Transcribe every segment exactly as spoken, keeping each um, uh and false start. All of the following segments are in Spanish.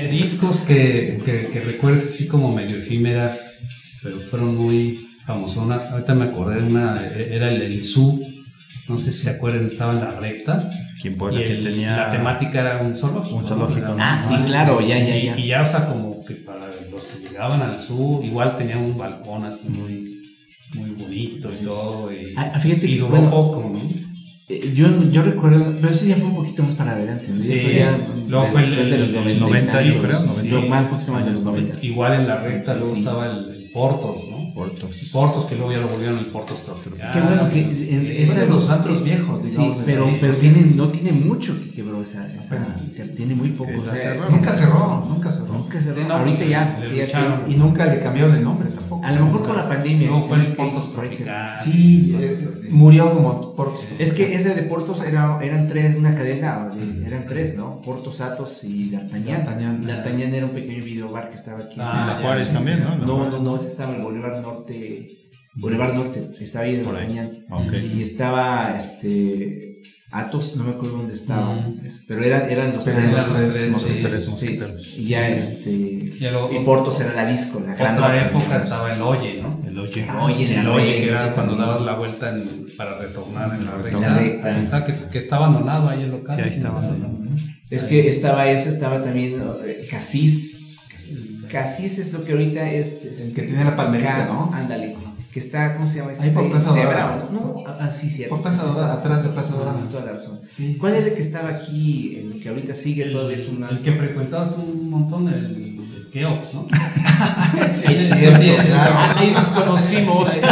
Eh, discos que, que, que recuerdes así como medio efímeras, pero fueron muy famosonas. Ahorita me acordé de una, era el del Zoo, no sé si se acuerdan, estaba en la recta. ¿Quién puede? Y Que el, tenía... la temática era un zoológico. Un zoológico, ¿no? ¿no? Ah, sí, claro, ya, ya, ya. Y, y ya, o sea, como que para los que llegaban al Zoo, igual tenía un balcón así muy, muy bonito y todo. Y, Ah, fíjate y que, duró bueno, poco, ¿no? Eh, Yo, yo recuerdo, pero ese ya fue un poquito más para adelante, ¿no? Sí, Fue ya luego fue el, después de los el- noventa, noventa, yo creo, sí, noventa. más, un poquito más de los noventa. Igual en la recta, luego Sí. estaba el, el Portos, ¿no? Portos. Portos, que luego ya lo volvieron el Portos tropical. Qué bueno que en- Eh, ese Bueno, los antros viejos, Sí, digamos, de pero, discos pero viejos. tiene, no tiene mucho que quebró esa, esa que tiene muy poco. Que O sea, cerró. Nunca cerró, nunca cerró. nunca cerró. Sí, no, Ahorita ya, le ya lucharon. que- Y nunca le cambiaron el nombre tampoco. a lo mejor con la pandemia. Luego fue el ¿sabes qué? Portos Por ahí que- tropical. Sí, cosas eh, así. murió como Portos. Es que ese de Portos era, eran tres, una cadena, de- eran tres, ¿no? Portos, Atos y D'Artagnan. D'Artagnan. D'Artagnan era un pequeño videobar que estaba aquí. Ah, Y la ya, Juárez sí, también, sí. ¿no? La No, Juárez. no, no, ese estaba en el Boulevard Norte. Boulevard Norte, estaba ahí de Por ahí. D'Artagnan. Ok. Y estaba este Atos, no me acuerdo dónde estaba, Mm. es- pero eran, eran los Pero tres. eran los tres, sí, los tres sí. mosqueteros. Y ya este. Ya luego- Y Portos era la disco, la gran Otra nota, época digamos. estaba el Oye, ¿no? El Oye. Ah, Oye, El el Oye, Oye, que era Oye cuando también. dabas la vuelta en- para retornar en la recta. La recta. Ahí está, que, que está abandonado ahí el local. Sí, ahí estaba. Es que estaba ese, estaba también eh, Casís. Casís es lo que ahorita es. El este, que tiene la palmerita, Ca- ¿no? Ándale. Que está, ¿cómo se llama? Ahí por Este, Plaza Zebra, Dorada. ¿no? No, ah, sí, cierto. Por Plaza Sí, Dorada, está- atrás de Plaza Dorada. Tienes toda la razón. Sí, sí. ¿Cuál era el que estaba aquí, el que ahorita sigue todavía es una... El que frecuentabas un montón, el, el Keops, ¿no? Sí, Ese- sí, ese sí, sí, ese- claro. Ahí nos conocimos. Sí,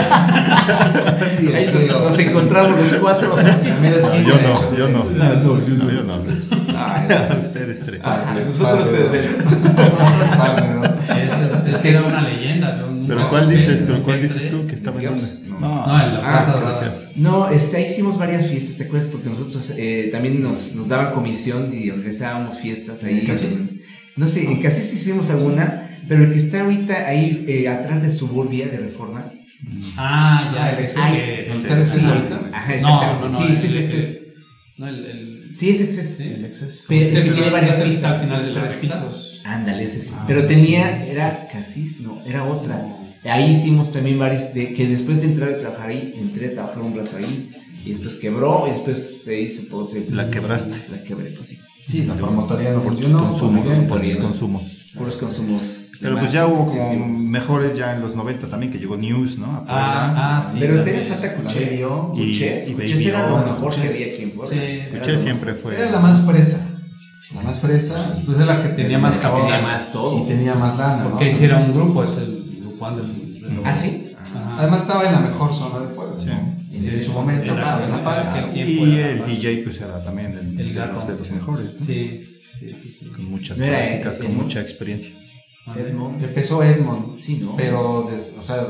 Ahí el nos, que- nos encontramos los cuatro. También es No, quince, yo de no, hecho. yo no. Ah, no, yo No, no. yo no. Ay, Ustedes tres. Ah, nosotros par de te- dos. Par de dos. Ese- es que era una leyenda. Yo nunca Pero ¿cuál supe, dices? ¿Pero nunca cuál entré. dices tú que estaba en Dios, dónde? no. No, No, en la Ah, Plaza Dorada. gracias. No, este, ahí hicimos varias fiestas, ¿te acuerdas? Porque nosotros eh, también nos, nos daban comisión y organizábamos fiestas ahí. ¿En Casís? No sé, en Casís hicimos alguna, pero el que está ahorita ahí eh, atrás de Suburbia de Reforma. Ah, ya, Ah, el el Exceso. que- ¿El sí, Exceso sí. ahorita? Ajá, No, exactamente. no, no. sí, sí, el- sí, el- sí. No, el. el Sí, es Exceso. sí. El exceso. Pero Sí, que sí, tiene no, varias no sé si pistas. está al final de la Tres recta. pisos. Ándale, ese sí. Ah, Pero sí. tenía, era Casís, no, era otra. Ahí hicimos también varias, de, que después de entrar a trabajar ahí, entré a trabajar un rato ahí, y después quebró, y después se hizo, pues, se- La quebraste. La quebré, pues sí. Sí, la promotoría no Por tus funcionó. consumos, muy bien. por tus bien. consumos. Puros consumos. Pero demás. pues ya hubo Sí, como sí. mejores ya en los noventa también, que llegó News, ¿no? A Puebla. Ah, ah, sí. Pero también. tenía falta Cuchés. Baby O. Y- Cuchés, y Cuchés Baby era O. lo mejor que Cuchés. había aquí en Puebla. Sí, Era Cuché lo siempre mejor. fue. Era la más fresa. La más fresa. Pues es la que tenía más Tenía capital. más todo. Y tenía más lana, ¿no? Porque hiciera un grupo, es el grupo Anderson. ¿Ah, sí? Ajá. Además estaba en la mejor zona de Puebla, Sí. ¿no? Sí, En sí, su sí, momento, era- Paz, en La Paz. era- Y tiempo era el más. D J pues era también del- El de, gato. los, de los mejores, ¿no? Sí, sí, sí. sí. Con muchas No era prácticas, Ed- con Edmond. mucha experiencia. Edmond. Empezó Edmond, Sí, ¿no? pero, de- o sea,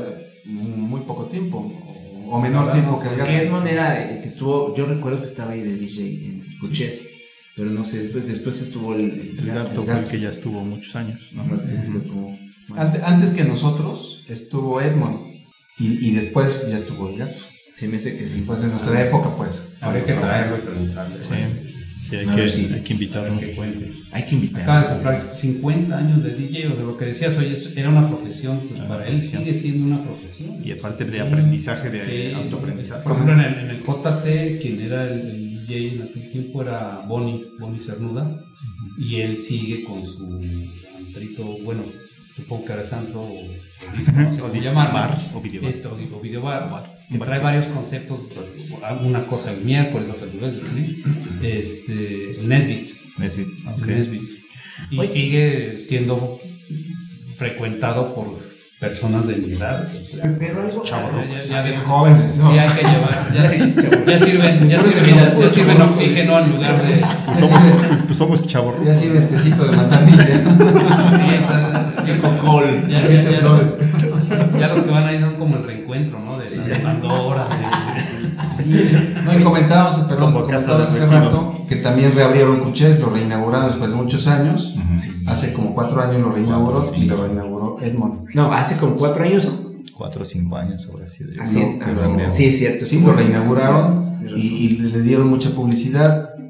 muy poco tiempo, o, o menor Ahora tiempo no, que el Porque gato. Edmond era el que estuvo, yo recuerdo que estaba ahí de D J en Cuchés, pero no sé, después, después estuvo el, El gato el fue el gato. que ya estuvo muchos años, ¿no? No, no sé, fue como más- Antes, antes que nosotros estuvo Edmond y, y después ya estuvo el gato. Se me hace que sí. Después de nuestra época, pues. Habría que traerlo y preguntarle. Sí, sí, hay, A que, ver si- hay que invitarlo. Que cuente. Hay que invitar. Acaba de cumplir cincuenta años de D J, o sea, lo que decías hoy es- era una profesión, pues Una para él profesión. sigue siendo una profesión. Y aparte de aprendizaje, de Sí. autoaprendizaje. Por ejemplo, en el, en el J T, quien era el, el D J en aquel tiempo era Bonnie, Bonnie Cernuda, y él sigue con su antrito, bueno, supongo que ahora es antro o, o disco, no sé O cómo disco, llamarlo. bar o videobar. Esto, o o videobar, Bar. que Un trae barcito. varios conceptos, alguna cosa el miércoles, otra el jueves, ¿sí? este, el Nesbit. Nesbit, ok. el Nesbit. Y Oye. sigue siendo frecuentado por personas de mi edad. o sea, Pero algo. Chavo. ya- ya- ya- Jóvenes, ¿no? Sí, hay que llevar. Ya, ya sirven, ya sirven, ya sirven oxígeno en lugar de. Pues somos, pues, pues somos chavos. Ya sirve el tecito de manzanilla. Sí, o sea, Cinco col. ya, Siete ya, ya, flores. ya los que van ahí son como el reencuentro, ¿no? De las Pandoras. No, y comentábamos, perdón, Como casa comentábamos de hace retiro. rato que también reabrieron Cuchés, lo reinauguraron después de muchos años. Ujú. Hace como cuatro años lo reinauguró Cuatro, y sí. lo reinauguró Edmond. No, hace como cuatro años. Cuatro o cinco años habrá sido. yo Así, creo que así- lo habría- sí, es cierto. Sí, lo reinauguraron Sí, sí, y, sí. y le dieron mucha publicidad.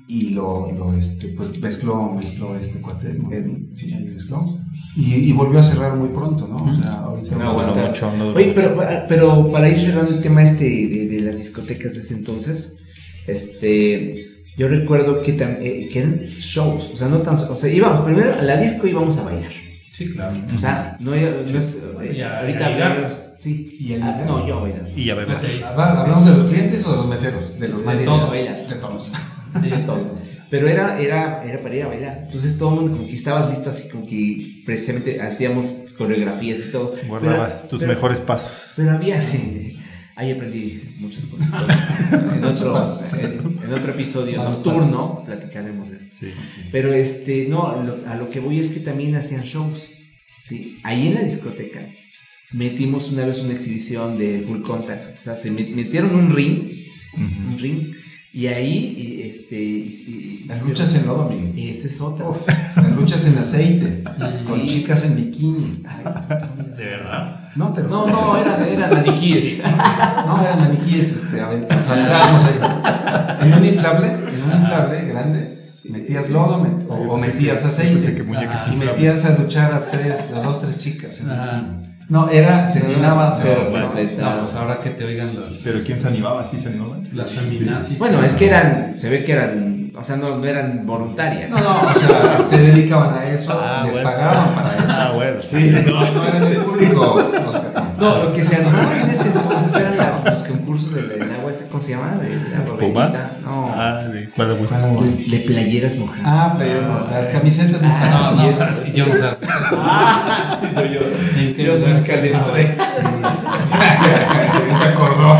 y lo, lo este, pues mezcló, mezcló este cuate, ¿no? Sí, ahí mezcló. Y, y volvió a cerrar muy pronto, ¿no? O sea, ahorita No no, aguanta. mucho, no Oye, pero, pero para ir cerrando el tema este de, de las discotecas de ese entonces, este, yo recuerdo que, tam, eh, que eran shows, o sea, no tan, o sea, íbamos primero a la disco y íbamos a bailar. Sí, claro. O sea, no, era- no es, Y a- ahorita y a ligar. hablamos- sí, Y el ah, ligar. no, yo a bailar. Y a beber. Ok. Habla- ¿Hablamos de los clientes o de los meseros? De los De mandiles. todos. De todos. Sí, todo. Pero era, era, era para ir a bailar. Entonces todo el mundo como que estabas listo, así como que precisamente hacíamos coreografías y todo. Guardabas Pero- tus pero- mejores pasos. Pero había así. Ahí aprendí muchas cosas. en, otro, en, en otro episodio Malos nocturno platicaremos de esto. Sí. Pero este, no, lo- a lo que voy es que también hacían shows. ¿Sí? Ahí en la discoteca metimos una vez una exhibición de Full Contact. O sea, se met- metieron un ring, un Ujú. ring, y ahí, y, este, y- y- Las luchas en lodo, Miguel. esa es otra. Uf, las luchas en aceite. Sí. Con chicas en bikini. ¿De verdad? No, te lo No, no, eran, eran maniquíes. No, eran maniquíes, este, avent- o sea, aventábamos ahí. En un inflable, en un inflable grande, metías lodo met- o, o metías Pensé aceite. que muñecas Ah, Y inflables. metías a luchar a tres, a dos, tres chicas en Ajá. bikini. No, era, se llenaba, se Pero rasgaba. completa. No, pues ahora que te oigan las, ¿Pero quién se animaba? ¿Sí se animaban? las feminazis. Bueno, es que eran, se ve que eran, o sea, no, no eran voluntarias. No, no, o sea, se dedicaban a eso, Ah, les bueno. pagaban para eso. Ah, bueno. Sí, no, no eran del público, Oscar. No, lo que se armaba en ese entonces eran las, los concursos del, del agua, ¿esta ¿cómo se llama? De, de la ¿Espuma? robelita. No, Ah, ¿de cuál agua? de, de playeras mojadas. Ah, pero no, las camisetas Ah, mojadas. no, sí, no, es- pero sí, yo no sé. Ah, sí, no, yo, ¿En qué yo lugar nunca se le entré. Se acordó.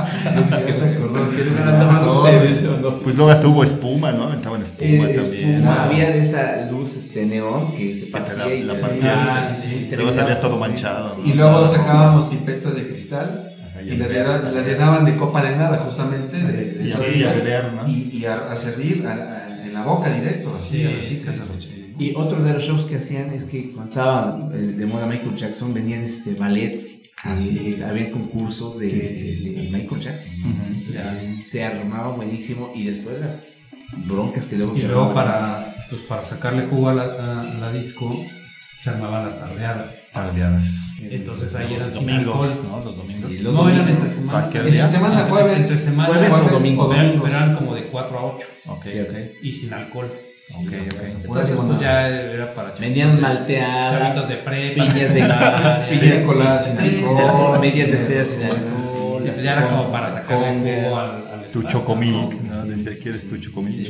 Se acordó ¿Qué lugar andaban ustedes o no? Pues luego hasta hubo espuma, ¿no? Aventaban espuma Eh, también. espuma. Había de esa luz este neón que se te partía la- y la se- partían, ah, sí, sí. y Luego terminaba- salías todo manchado, Sí. ¿no? Y luego sacábamos pipetas de cristal Ajá, y las, llena- las llenaban de copa de nada, justamente, de, de Y esa a- y a bebida. beber, ¿no? Y, y a, a servir a- a- en la boca directo, así a las chicas. sí, a las sí, chicas. Y otros de los shows que hacían es que cuando estaba eh, de moda Michael Jackson venían este ballets. Ah, sí. Y había concursos de, Sí, sí, sí. de Michael Jackson. ¿no? Ujú. Entonces, Ya. se armaba buenísimo y después las broncas que luego Y se luego armaban. para, pues para sacarle jugo a la, a la disco, se armaban las tardeadas. Tardeadas. Entonces ahí eran Los sin domingos, alcohol. ¿no? Los domingos. Sí, los No, eran domingos. entre semana. ¿Para qué también. Entre semana, Ah, jueves. Entre semana, Jueves o jueves domingo. Pero, domingos. pero eran como de cuatro a ocho. Ok, Sí, ok. Y sin alcohol. ok, ok. Entonces, pues ya era para Vendían malteadas, chavitos de prepa. piñas de secundaria. piñas Nicolás sin sin alcohol, alcohol, medias de sí, seda sí, sin sí, alcohol. Y pues ya era como para sacarle jugo congas. al, al Tu espacio. chocomilk, ¿no? Decía, ¿quieres tu chocomilk?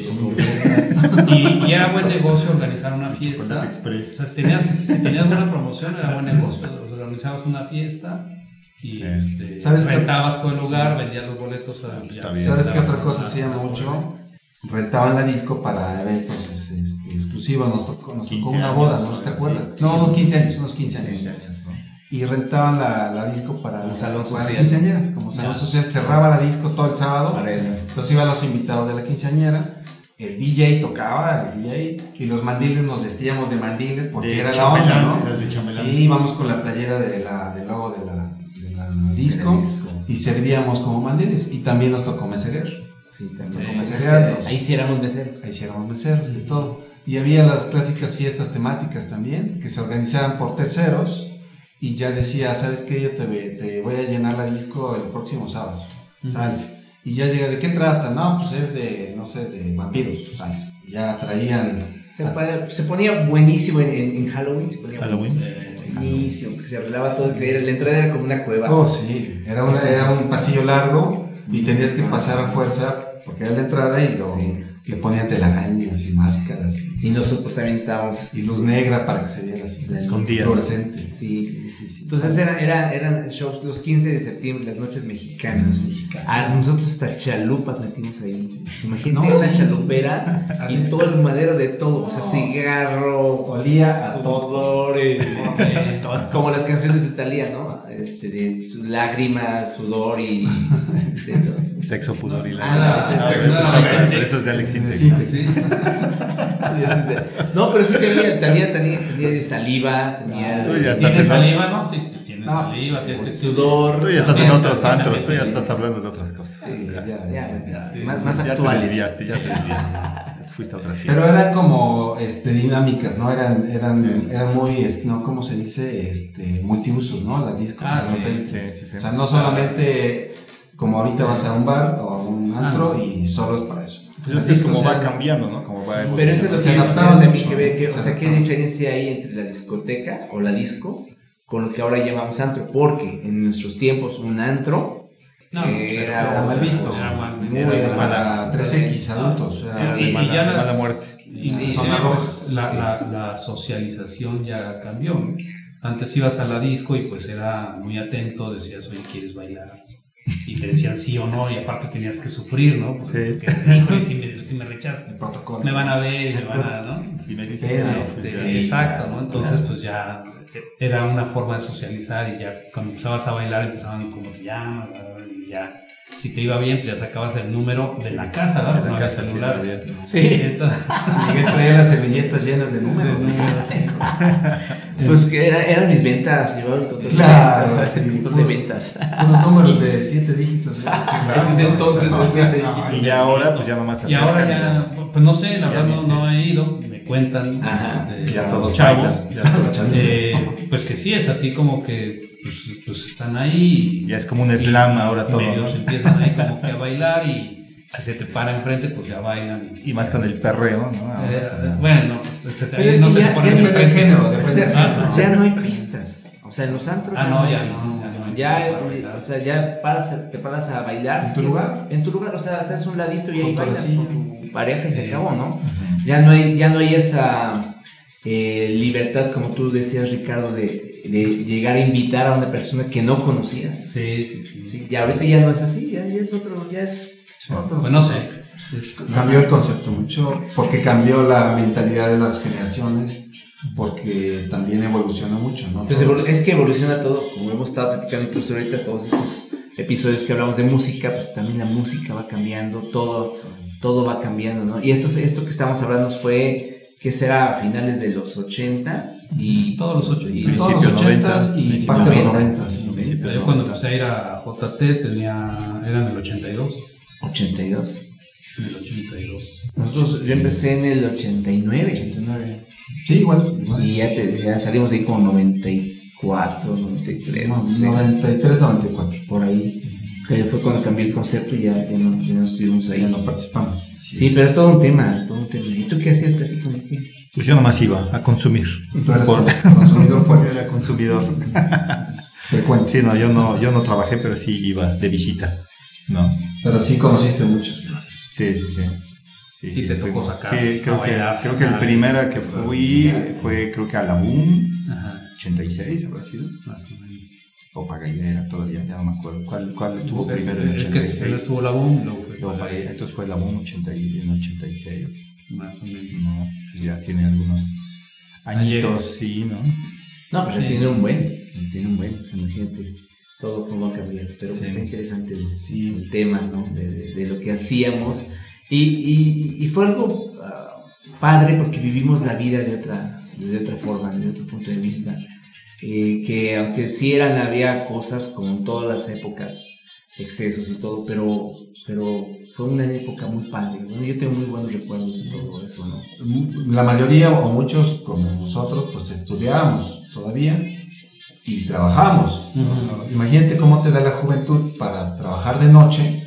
Y, y era buen negocio organizar una fiesta. Chocolate O Express. sea, si tenías, si tenías buena promoción, era buen negocio. O sea, organizabas una fiesta y Sí. este, ¿Sabes qué? rentabas todo el lugar, vendías los boletos. A, pues ya, está bien. ¿Sabes qué dabas otra una- cosa hacía una mucho? sobremesa. Rentaban la disco para eventos este, este, exclusivos. Nos tocó, nos tocó quince una boda, años, ¿no? ¿Te sí, acuerdas? sí. No, unos quince años, unos quince años. quince años, ¿no? Y rentaban la, la disco para Un salón para social. la quinceañera. Como salón Ya. social, cerraba la disco todo el sábado. Para el- Entonces iban los invitados de la quinceañera. El D J tocaba, el D J, y los mandiles nos vestíamos de mandiles porque De era la chambelán, onda, ¿no? eras de chambelán. Sí, íbamos con la playera de la, del logo de la, de la disco y servíamos como mandiles. Y también nos tocó meserear. Sí, Tocó también. meserearnos. Ahí sí éramos meseros. Ahí hiciéramos meseros de todo. Y había las clásicas fiestas temáticas también, que se organizaban por terceros. Y ya decía, ¿sabes qué? Yo te, ve- te voy a llenar la disco el próximo sábado. ¿Sabes? Y ya llega, ¿de qué trata? No, pues es de, no sé, de vampiros, ¿sabes? Y ya traían... Se, pa- se ponía buenísimo en, en, en Halloween. Se ponía Halloween. buenísimo, buenísimo, que se arreglaba todo. Que era, la entrada era como una cueva. Oh, sí, era, una, era un pasillo largo y tenías que pasar a fuerza porque era la entrada y lo, Sí. le ponían telarañas y máscaras y, Y nosotros también estábamos. y luz negra para que se viera así, Escondidas. fluorescente. Sí, sí, sí. Entonces era, era, eran shows los quince de septiembre, las noches mexicanas. Ah, nosotros hasta chalupas metimos ahí. Imagínate No, una sí, chalumpera y todo el madero de todo. O sea, No. cigarro, Olía a todo. sudores, ¿no? Como las canciones de Thalía, ¿no? Este, de su lágrima, sudor y. este, todo. Sexo, pudor y la. Ah, Ah, sí, eso sí, es- sí, sí. pero eso es de Alex Sí, Intec. sí. No, pero sí tenía, tenía, tenía, tenía de saliva, tenía. Uy, ya está ¿Tienes cenando. saliva, no? Sí, tienes tienes Ah, saliva, pues, tienes sudor. Tú ya estás en otros También, antros, tú ya también. estás hablando de otras cosas. Sí, ya, ya, Ya, ya. Sí. más, más Ya te actuales. desviaste, ya te desviaste. Ya te fuiste a otras fiestas. Pero eran como este, dinámicas, ¿no? Eran, eran, Sí. eran muy, este, ¿no? ¿Cómo se dice? Este, multiusos, ¿no? Las discos. Ah, de sí, repente. Sí, sí, sí. O sea, no solamente como ahorita vas a un bar o a un antro Ah. y solo es para eso. Pues Las es que es discos como va eran- cambiando, ¿no? Como va Pero evolucionando. eso es lo Se que yo adaptaban quisiera también mucho, que ve, que, se o sea, qué adaptaban. diferencia hay entre la discoteca o la disco con lo que ahora llamamos antro, porque en nuestros tiempos un antro No, eh, era era mal otra visto. cosa. Era mal visto. Muy Era mal de mala tres equis, adultos. Era Era de Y- y mala, ya de las- mala muerte. Y Sí, zona sí, roja, pues, la, sí. la, la socialización ya cambió, ¿no? Antes ibas a la disco y pues era muy atento, decías, oye, ¿quieres bailar? Y te decían sí o no, y aparte tenías que sufrir, ¿no? Porque, Sí. porque, híjole, si me, si me rechazan, el protocolo. me van a ver, me van a, ¿no? Si me dicen Pena, que no, Este, pues ya. exacto, ¿no? Entonces, pues ya era una forma de socializar y ya cuando empezabas a bailar empezaban como te llamas, y ya, si te iba bien, pues ya sacabas el número de la casa, ¿verdad? De la No había casa, sí, celulares. había. Sí. Entonces, Miguel traía las servilletas llenas de números. de números, sí. Pues que era, eran mis ventas, llevaba el control, Claro, de, sí. el control de ventas. Unos números de siete dígitos. En ese entonces, no, de siete no, dígitos. Y ya ahora, pues ya nomás se Y ahora acercan ya, pues no sé, la Ya verdad ni no, sé. no he ido, me cuentan Ajá. este, ya los todos chavos, bailan, ya todos- eh, pues que sí, es así como que pues, pues están ahí y, Ya es como un slam ahora y todo, medio ¿no? se empiezan ahí como que a bailar y si se te para enfrente pues ya bailan. Y, Y más con el perreo, ¿no? Ahora, eh, pues, ya. bueno, no, pues, se te, Pero es no que se ya- te ponen ya depende del enfrente. género, O depende sea, del género. ya no hay pistas. O sea, en los antros Ah, ya no, no hay ya no, pistas. ya no hay Ya, pistas para bailar. o sea, ya paras, te paras a bailar. ¿En si tu quieres, lugar? En tu lugar, o sea, te das un ladito y ahí Junto a la bailas silla. con tu pareja y se Sí. acabó, ¿no? Ya no hay, ya no hay esa eh, libertad, como tú decías, Ricardo, de, de llegar a invitar a una persona que no conocías. Sí, sí, sí. Sí, y ahorita ya no es así, ya, ya es otro, ya es otro. Pues no sé. es- Cambió el concepto mucho porque cambió la mentalidad de las generaciones, porque también evolucionó mucho, ¿no? Pues evolu- es que evoluciona todo, como hemos estado platicando incluso ahorita, todos estos episodios que hablamos de música, pues también la música va cambiando, todo, todo va cambiando, ¿no? Y esto, esto que estamos hablando fue, que será a finales de los ochenta y... Todos los ocho. y Y Todos los Principios ochentas noventa, y parte de los noventa, noventas. noventa. yo cuando empecé a ir a J T tenía, eran del ochenta y dos. ochenta y dos. En el ochenta y dos. Nosotros, yo empecé en el ochenta y nueve. ochenta y nueve. Sí, igual. igual. Y ya, te- ya salimos de ahí como noventa y cuatro, noventa y tres, No, no sé, noventa y tres, noventa y cuatro. por ahí. Que fue cuando cambié el concepto y ya, ya, no, ya no estuvimos ahí. Ya no participamos. Sí, pero es todo un tema, todo un tema. ¿Y tú qué hacías? Platícame. ¿qué? Pues yo nomás iba a consumir. Tú eres Por- consumidor fuerte. Era consumidor. Frecuente. Sí, no, yo no, yo no trabajé, pero sí iba de visita. No. Pero sí conociste muchos. Sí, sí, sí. Sí, Sí, te tocó fuimos. sacar Sí, creo a que, bailar. creo que el Ah. primera que fui fue, creo que a la Boom, Ajá, ochenta y seis habrá sido. más o menos. O Pagaidera, todavía, ya no me acuerdo. ¿Cuál, cuál estuvo primero en Es que ochenta y él seis? estuvo la boom, luego fue Luego para Pagaidera, entonces fue la Boom ochenta y, en ochenta y seis. más o menos. No, pues ya tiene algunos añitos, Ayeres. sí, ¿no? No, pero Sí. tiene un buen, tiene un buen, imagínate. Todo cómo va a cambiar, pero Sí. está interesante el, Sí. el tema, ¿no? De, de- de lo que hacíamos. Y, y, y fue algo ah, padre porque vivimos la vida de otra, de otra forma, de otro punto de vista. Eh, que aunque sí eran, había cosas como en todas las épocas, excesos y todo, pero, pero fue una época muy padre. Bueno, yo tengo muy buenos recuerdos de todo eso, ¿no? La mayoría o muchos como nosotros pues estudiábamos todavía y trabajamos. Ujú. Imagínate cómo te da la juventud para trabajar de noche,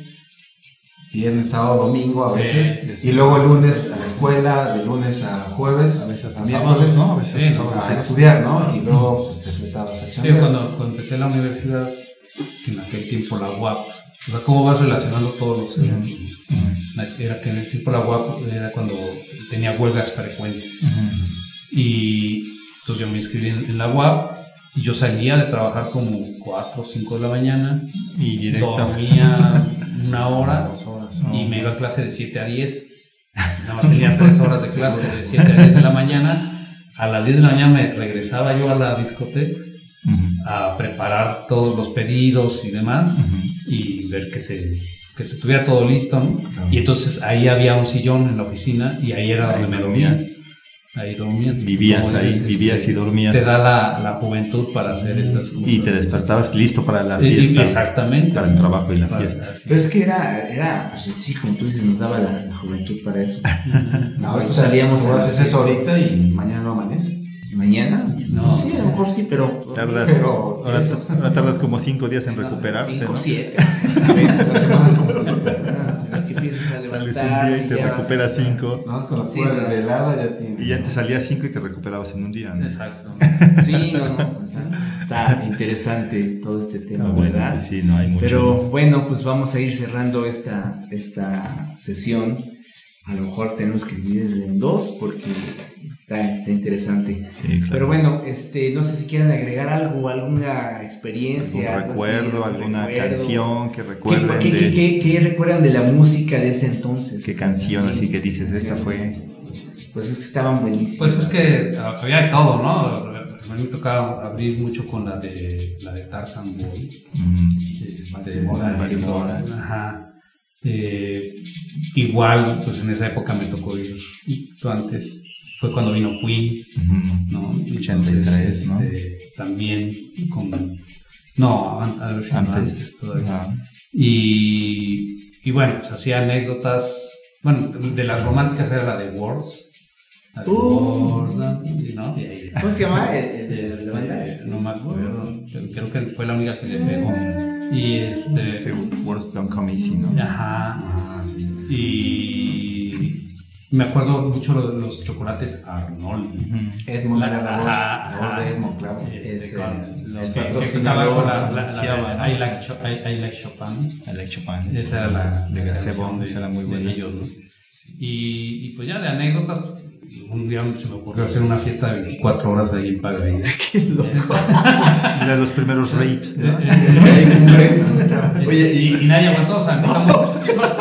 viernes, sábado, domingo a Sí, veces, sí. y luego el lunes a la escuela, de lunes a jueves, A veces hasta a miércoles, sábados, ¿no? A veces Sí, hasta sábados. a estudiar, ¿no? Y luego pues te fletabas a Sí, chambear. cuando, cuando empecé la universidad, que en aquel tiempo la U A P, o sea, cómo vas relacionando todos los eventos. Era que en el tiempo la U A P era cuando tenía huelgas frecuentes. Y entonces yo me inscribí en, en la U A P y yo salía de trabajar como cuatro o cinco de la mañana, Y directo. dormía una hora Dos horas. y me iba a clase de siete a diez. Nada más tenía tres horas de clase de siete a diez de la mañana. A las diez de la mañana me regresaba yo a la discoteca Ujú. a preparar todos los pedidos y demás Ujú. y ver que se, que se tuviera todo listo, ¿no? Claro. Y entonces ahí había un sillón en la oficina y ahí era donde me dormía. ahí durmiendo. Vivías Como ahí, dices, vivías este, y dormías. Te da la, la juventud para hacer esas cosas. Y te despertabas listo para la Y- y- fiesta. exactamente. Para el trabajo y la Para- fiesta. así. Pero es que era, era pues sí, como tú dices, nos daba la, la juventud para eso. Ahorita Nosotros salíamos tú a las haces eso siete. ahorita y mañana no amanece. ¿Mañana? No. Sí, a lo mejor sí, pero... Tardas, Pero ahora, eso. ahora tardas como cinco días en recuperarte, cinco, ¿no? siete. A veces. La semana completa. Ah, que empiezas a Sales levantar un día y te ya vas a- recuperas cinco. Nada más con la Sí, pura no. desvelada ya tiene. Y ya te salías cinco y te recuperabas en un día, ¿no? Exacto. Sí, no, no. O sea, está interesante todo este tema, Ah, bueno, ¿verdad? pues sí, no hay mucho. Pero bueno, pues vamos a ir cerrando esta, esta sesión. A lo mejor tenemos que dividirla en dos porque está, está interesante. Sí, claro. Pero bueno, este, no sé si quieren agregar algo, alguna experiencia. algún algo así, recuerdo, algún alguna recuerdo. canción que ¿Qué, recuerden qué, de qué, qué- qué recuerdan de la música de ese entonces? qué canción así que dices, esta Canciones. fue. Pues es que estaban buenísimas. Pues es que había de todo, ¿no? A mí me tocaba abrir mucho con la de la de Tarzan Boy. Mm, Este, Baltimora, Baltimora. Ajá. Eh, igual, pues en esa época me tocó ir antes. Fue cuando vino Queen, ujú. ¿no? ochenta y tres, ¿no? este, también con. No, an- a ver si no, Antes. antes todavía. Ajá. Y, y bueno, pues hacía anécdotas. Bueno, de las románticas era la de Wars. La de Uh. Wars, ¿no? Y, ¿no? Y ahí, ¿Cómo se llama el, el de este, la banda? Este, no me acuerdo. Creo, creo que fue la única que le pegó. Y este. Sí, Words Don't Come Easy, ¿no? Ajá. Ah, sí. Y me acuerdo mucho de los chocolates Arnold. Ujú. Edmond era la voz, Ajá, la voz ajá. de Edmond, claro. Este, Ese, con el los que- que patrocinador estaba con la, nos la, la, anunciaba, la- I, ¿no? like Cho- I- I like Chopin. I Like Chopin. Esa era la de la Gazebo, canción de- esa era muy de buena. ellos, ¿no? Y, y pues ya de anécdotas, un día se me ocurrió hacer una fiesta de veinticuatro horas ahí en Pagaí. Era los primeros rapes, ¿no? Oye, y, y nadie aguantó, o sea, empezamos.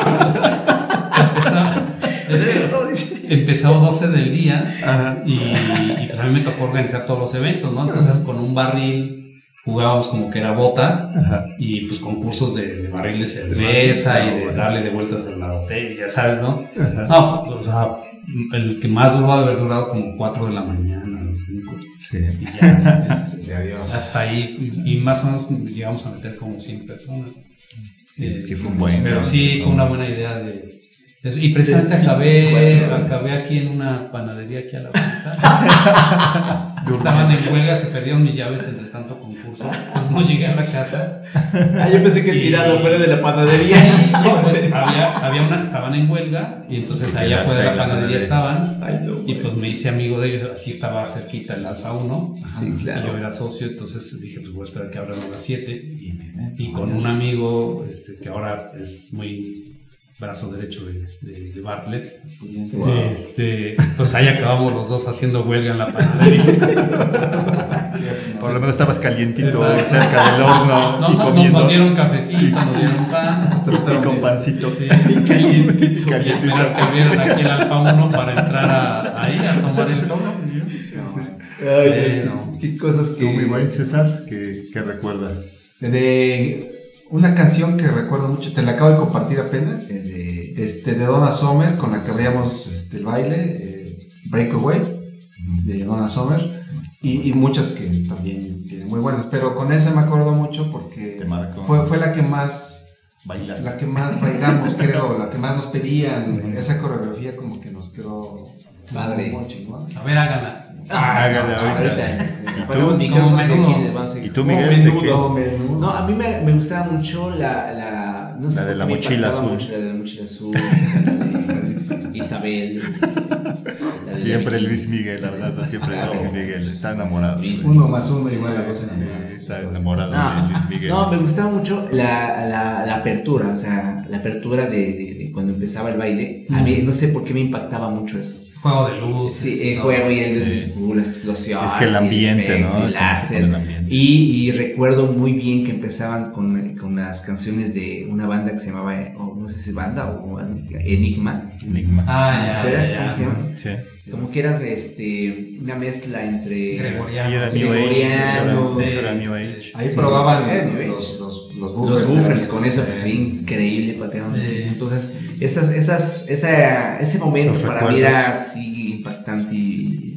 empezamos es que empezó doce del día Ajá. y, y pues a mí me tocó organizar todos los eventos, ¿no? Entonces con un barril jugábamos como que era bota Ajá. y pues concursos de, de barril de cerveza y de darle de vueltas a la botella, ya sabes, ¿no? Ajá. No, o sea, el que más duró ha de haber durado como cuatro de la mañana, cinco. Sí. Y ya, este, De adiós. hasta ahí, y, y más o menos llegamos a meter como cien personas. Sí, sí fue un buen. Pero ¿no? sí, fue una buena idea de eso. Y precisamente acabé, acabé aquí en una panadería aquí a la vuelta. Estaban en huelga, se perdieron mis llaves entre tanto concurso. Pues no llegué a la casa. Ah, yo pensé que Y- tirado fuera de la panadería. Sí, no, pues, había, había una, estaban en huelga y entonces allá quedaste afuera de en la la panadería panadería. estaban. Ay, no, Y pues me hice amigo de ellos. Aquí estaba cerquita el Alfa uno. Sí, Y yo claro. era socio, entonces dije, pues voy a esperar que abran a las siete. Y me meto. Y con un amigo este, que ahora es muy brazo derecho de, de, de Bartlett, Wow. este, pues ahí acabamos los dos haciendo huelga en la panadería. Por lo menos estabas calientito Exacto. cerca del horno No, y no, comiendo. nos dieron cafecito, nos dieron pan. Y con pancito. Sí, calientito. Y Calientito. esperar que abrieran aquí el Alfa uno para entrar a, ahí a tomar el sol. Ay, Eh, no. qué cosas que. Tú, muy buen César, ¿qué, qué recuerdas? De una canción que recuerdo mucho, te la acabo de compartir apenas, De, este, de Donna Summer, con la que abríamos este, el baile, eh, Breakaway, de Donna Summer, y, y muchas que también tienen muy buenas, pero con esa me acuerdo mucho porque Te marcó. fue, fue la que más, Bailaste. la que más bailamos, creo, la que más nos pedían, esa coreografía como que nos quedó Padre. muy chingón. A ver, háganla. Ah, hágale ahorita. ahorita. ¿Y Ponemos tú? micrófonos Como de menudo. quienes van a seguir. ¿Y tú, Como Miguel, de menudo, qué? menudo. No, a mí me, me gustaba mucho la, la, no sé La de por la qué me mochila impactaba azul. mucho la de la mochila azul, la de Isabel, la de Siempre Vicky. Luis Miguel, hablando siempre de Luis Miguel. Está enamorado. Luis. Uno más uno igual a dos Sí, enamorados. está enamorado de No, Luis Miguel. no, me gustaba mucho la, la, la apertura, o sea, la apertura de, de, de cuando empezaba el baile. A mí no sé por qué me impactaba mucho eso. Juego de luz. Sí, el juego y el, Sí. uh, la explosión. Es que el ambiente, ¿no? El Cómo se láser. pone el ambiente. Y, y recuerdo muy bien que empezaban con, con las canciones de una banda que se llamaba, o no sé si banda o Enigma. Enigma. Ah, ya. ¿Verás ya, cómo ya. se llama? Sí. Como que era este, una mezcla entre Gregoriano. Y era New Age. Gregoriano, Eso era, sí. eso era New Age. Ahí Sí, probaban sí, los, New Age. los, los, los buffers. los buffers de- con eso que se ve increíble, pateaban Sí. muchísimo. Entonces, esas, esas, esa, ese momento Esos para mí era recuerdos. así impactante y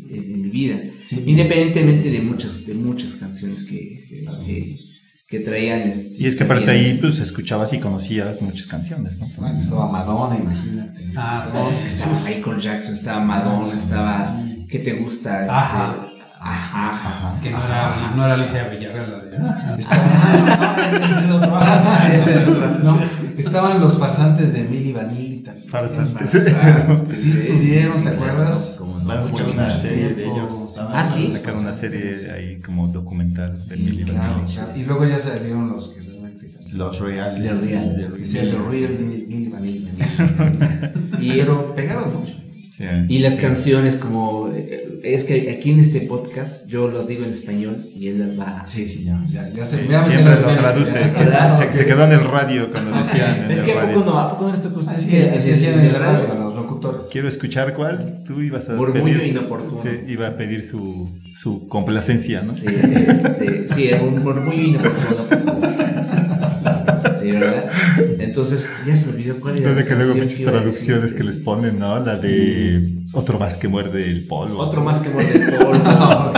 vida. Sí. Independientemente de muchas, de muchas canciones que, que, que, que traían. Este, Y es que aparte ahí pues escuchabas y conocías muchas canciones, ¿no? Bueno, estaba Madonna, imagínate. Ah, Pues es que estaba Michael Jackson, estaba Madonna, estaba. ¿Qué te gusta? Este, Ajá. Ajá, ajá. Que no era, no era Alicia Villarreal la de... Estaba, no, ese es otro. Ese es otro. No, estaban los farsantes de Milli Vanilli también. Farsantes. Sí estuvieron, ¿te acuerdas? Como no, Van a sacar muy una bien. serie de ellos. Ah, sí. Van a sacar una serie ahí como documental de Sí, Milli claro, Vanilli. claro. Y luego ya salieron los que realmente. Los reales. The Real. Que decían The Real Milli Milli Vanilli. Y, Pero pegaron mucho. Sí. y las canciones como eh, es que aquí en este podcast yo los digo en español y él las va a... Sí, sí, ya, ya, ya se Sí, ya me sé siempre la lo memoria. traduce. Ya. que Claro, se, que- se quedó en el radio cuando decían en Es el que a radio. poco no, a poco no les tocó a ustedes Así, que así en hacían el- en en el radio a los locutores. Quiero escuchar cuál. Tú ibas a Murmullo pedir. inoportuno. Sí, iba a pedir su, su complacencia, ¿no? Sí, este, sí, era un murmullo inoportuno. Sí, ¿verdad? Entonces, ya se me olvidó cuál era. Entonces, la que luego canción muchas que iba a traducciones decir. que les ponen, ¿no? La de otro más que muerde el polvo. Otro más que muerde el polvo.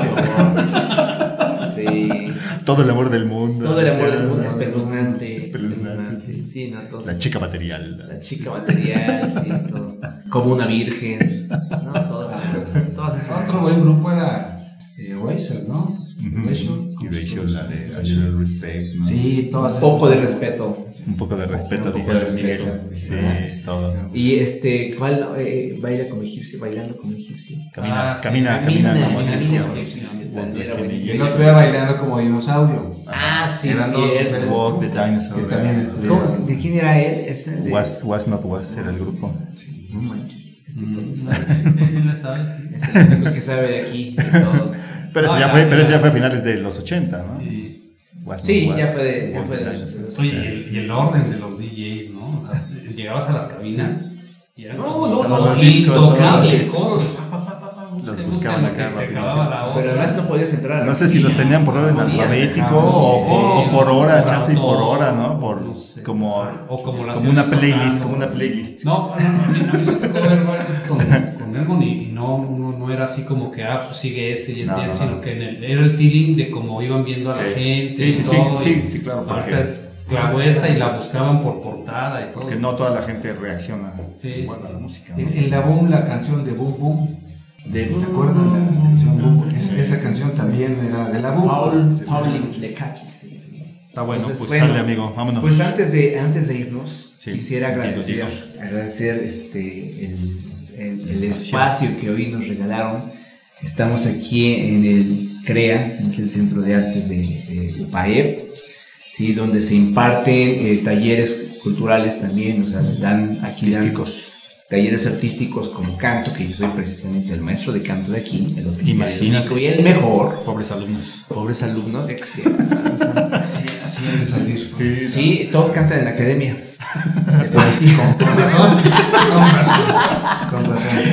Sí. Todo el amor del mundo. Todo el amor Sí, del mundo, ¿no? espeluznante. Espeluznante. Sí, sí, no, todo. La chica material. La chica material, sí, todo. Como una virgen. No, todas, todas esas. Otro buen grupo era eh, Razor, ¿no? Ujú. Razor. Y Rachel, la de A Little Respect, ¿no? Sí, todas Un poco de esas. respeto. Un poco de respeto, Un poco dije de a Miguel. respeto. Sí, todo. Y este, ¿cuál eh, baila como egipcio? Bailando como egipcio. Camina, Ah, sí, camina, camina, camina como camina egipcio. como egipcio. También era Y buenísimo. el otro día bailando como dinosaurio. Ah, sí, Eran dos cierto. diferentes. Walk the Dinosaur. Que también ¿Cómo? estuvieron. ¿De quién era él? Ese de... Was, was Not Was era el grupo. No manches, es que este Mm, podcast sí, sí, le sabes. es el único que sabe de aquí, de todo. Pero ese Ah, ya ya, fue, pero ese ya. ya fue a finales de los ochenta, ¿no? Y, Was Not Sí, Was, ya fue de, ya Walk fue the de, Dinosaur. de los- oye, y el, y el orden de los D Js, ¿no? O sea, llegabas a las cabinas y eran No, como- no, no, los y discos, tocaban todos los discos. discos. Pa, pa, pa, pa, pa, busquen, Los busquen buscaban lo acá que se rápido, acababa sí. la hora. Pero además no podías entrar a la No sé si los capilla. tenían por orden No podías. alfabético Ah, o, sí, o sí, por hora, por chance y por no, hora, ¿no? Por no sé. como, O como, las como una iban playlist, tocando. como una playlist. No, no, no, a mí, a mí se tocó ver varios con, con Ergon y, y no, no, no era así como que, ah, pues sigue este y este, No, y este, no, sino no. que en el- era el feeling de cómo iban viendo a la Sí. gente. Sí, y sí, sí, todo, sí, y sí, claro, ahorita porque- es- clavó esta y la buscaban por portada y todo. Porque no toda la gente reacciona Sí, igual sí. a la música, ¿no? En, en la Boom, la canción de Boom Boom. De ¿Se acuerdan de la canción Boom Boom? Es- esa canción también era de la Boom. Paul, pues, se Paul escucha. Lekakis, sí, sí. Está bueno, Entonces, pues bueno, sale, amigo, vámonos. Pues antes de, antes de irnos, Sí, quisiera digo, agradecer, digo. agradecer este, el, el- el Espacio. espacio que hoy nos regalaron. Estamos aquí en el CREA, es el Centro de Artes de, de UPAEP, ¿sí? Donde se imparten eh, talleres culturales también, o sea, dan aquí dan Artísticos. talleres artísticos como canto, que yo soy precisamente el maestro de canto de aquí, el oficial, el Imagínate. único y el mejor. Pobres alumnos. Pobres alumnos, ya quisieran, están- Así, así han de salir. Sí, Sí, todos cantan en la academia. Pues, con, con razón. Con razón. Con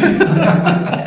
razón.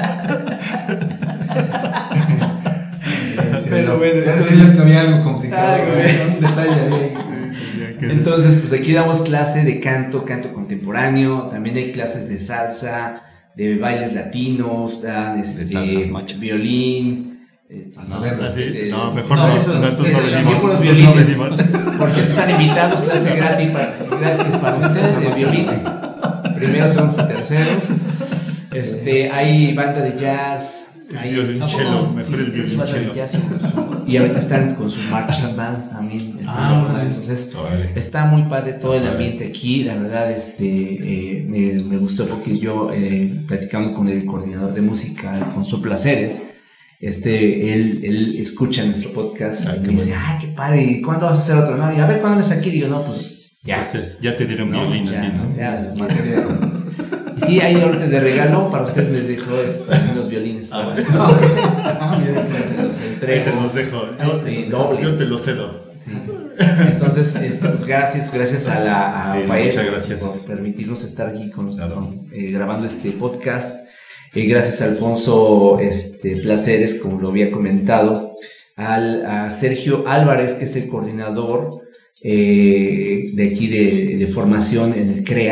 Pero bueno, Ya decías que había algo complicado. Algo, ¿no? Un detalle ahí. Entonces, pues aquí damos clase de canto, canto contemporáneo, también hay clases de salsa, de bailes latinos, dan este, salsa macha. violín. eh, A ver, ¿Ah, sí? este, No, mejor no, eso- no, entonces eso, no aquí venimos, puros entonces no violines. venimos. Por cierto, están invitados, clase gratis para, gratis para ustedes de violines. Primeros, segundos y terceros. Este, hay banda de jazz. Hay violonchelo, sí, mejor el es banda de violonchelo. jazz, y ahorita están con su marching band también. están Ah, tocando, órale. entonces Órale. está muy padre todo el ambiente aquí. La verdad, este, eh, me, me gustó porque yo, eh, platicando con el coordinador de música, Alfonso Placeres, este, él, él escucha nuestro podcast Ah, y qué me dice, bueno. ay, qué padre, ¿y cuándo vas a hacer otro? No, y a ver, ¿cuándo es aquí? Digo, no, pues ya. Entonces, ya te dieron No, violín ya, a ti, ¿no? ya, Es ya. materia. Y sí, ahí ahorita de regalo para ustedes me dejó este, unos violines. Ah, para- Ah, mira, se los Ahí entrego. te los dejo. Yo, Sí, dobles. yo te los cedo. Sí. Entonces, este, pues gracias, gracias a la a Sí, Paep muchas gracias. por permitirnos estar aquí con nosotros, Claro. eh, grabando este podcast. Eh, gracias a Alfonso este, Placeres, como lo había comentado, al, a Sergio Álvarez, que es el coordinador eh, de aquí de, de formación en el CREA,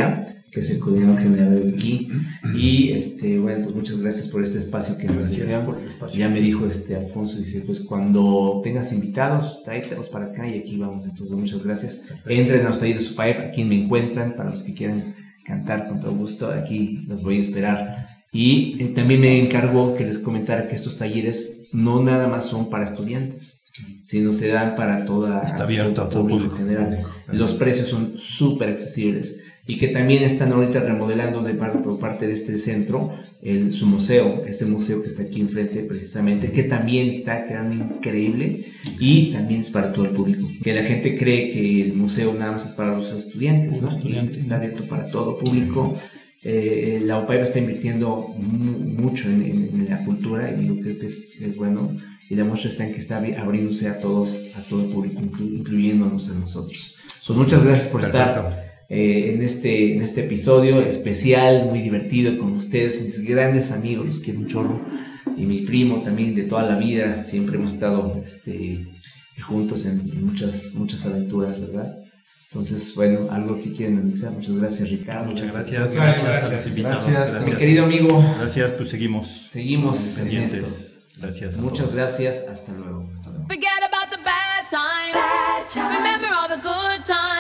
que es el coordinador general de aquí. Y este, bueno, pues muchas gracias por este espacio que nos Gracias dieron. por el espacio. Ya me dijo este Alfonso, dice, pues cuando tengas invitados, tráetelos para acá y aquí vamos. Entonces, muchas gracias. Entren a los talleres Supaep, aquí me encuentran, para los que quieran cantar con todo gusto, aquí los voy a esperar. Y eh, también me encargó que les comentara que estos talleres no nada más son para estudiantes, sino se dan para toda Está abierto a todo público en general. Los precios son súper accesibles y que también están ahorita remodelando de par, por parte de este centro el, su museo, este museo que está aquí enfrente precisamente, que también está quedando increíble y también es para todo el público. Que la gente cree que el museo nada más es para los estudiantes, ¿no? Estudiantes, Y está abierto para todo público. Eh, la UPAEP está invirtiendo mu mucho en, en, en la cultura y yo creo que es, es bueno, y la muestra está en que está abriéndose a todos, a todo el público, inclu incluyéndonos a nosotros. Pues muchas gracias por Perfecto. estar eh, en, este, en este episodio especial, muy divertido con ustedes, mis grandes amigos, los quiero un chorro, y mi primo también de toda la vida, siempre hemos estado este, juntos en, en muchas, muchas aventuras, ¿verdad? Entonces, bueno, algo que quieren analizar. Muchas gracias, Ricardo. Muchas gracias. Gracias, gracias a los invitados. Gracias. Gracias. Mi querido amigo. Gracias, pues seguimos. Seguimos pendientes. Gracias a Muchas todos. gracias. Hasta luego. Hasta luego. Forget about the bad times. Bad times. Remember all the good times.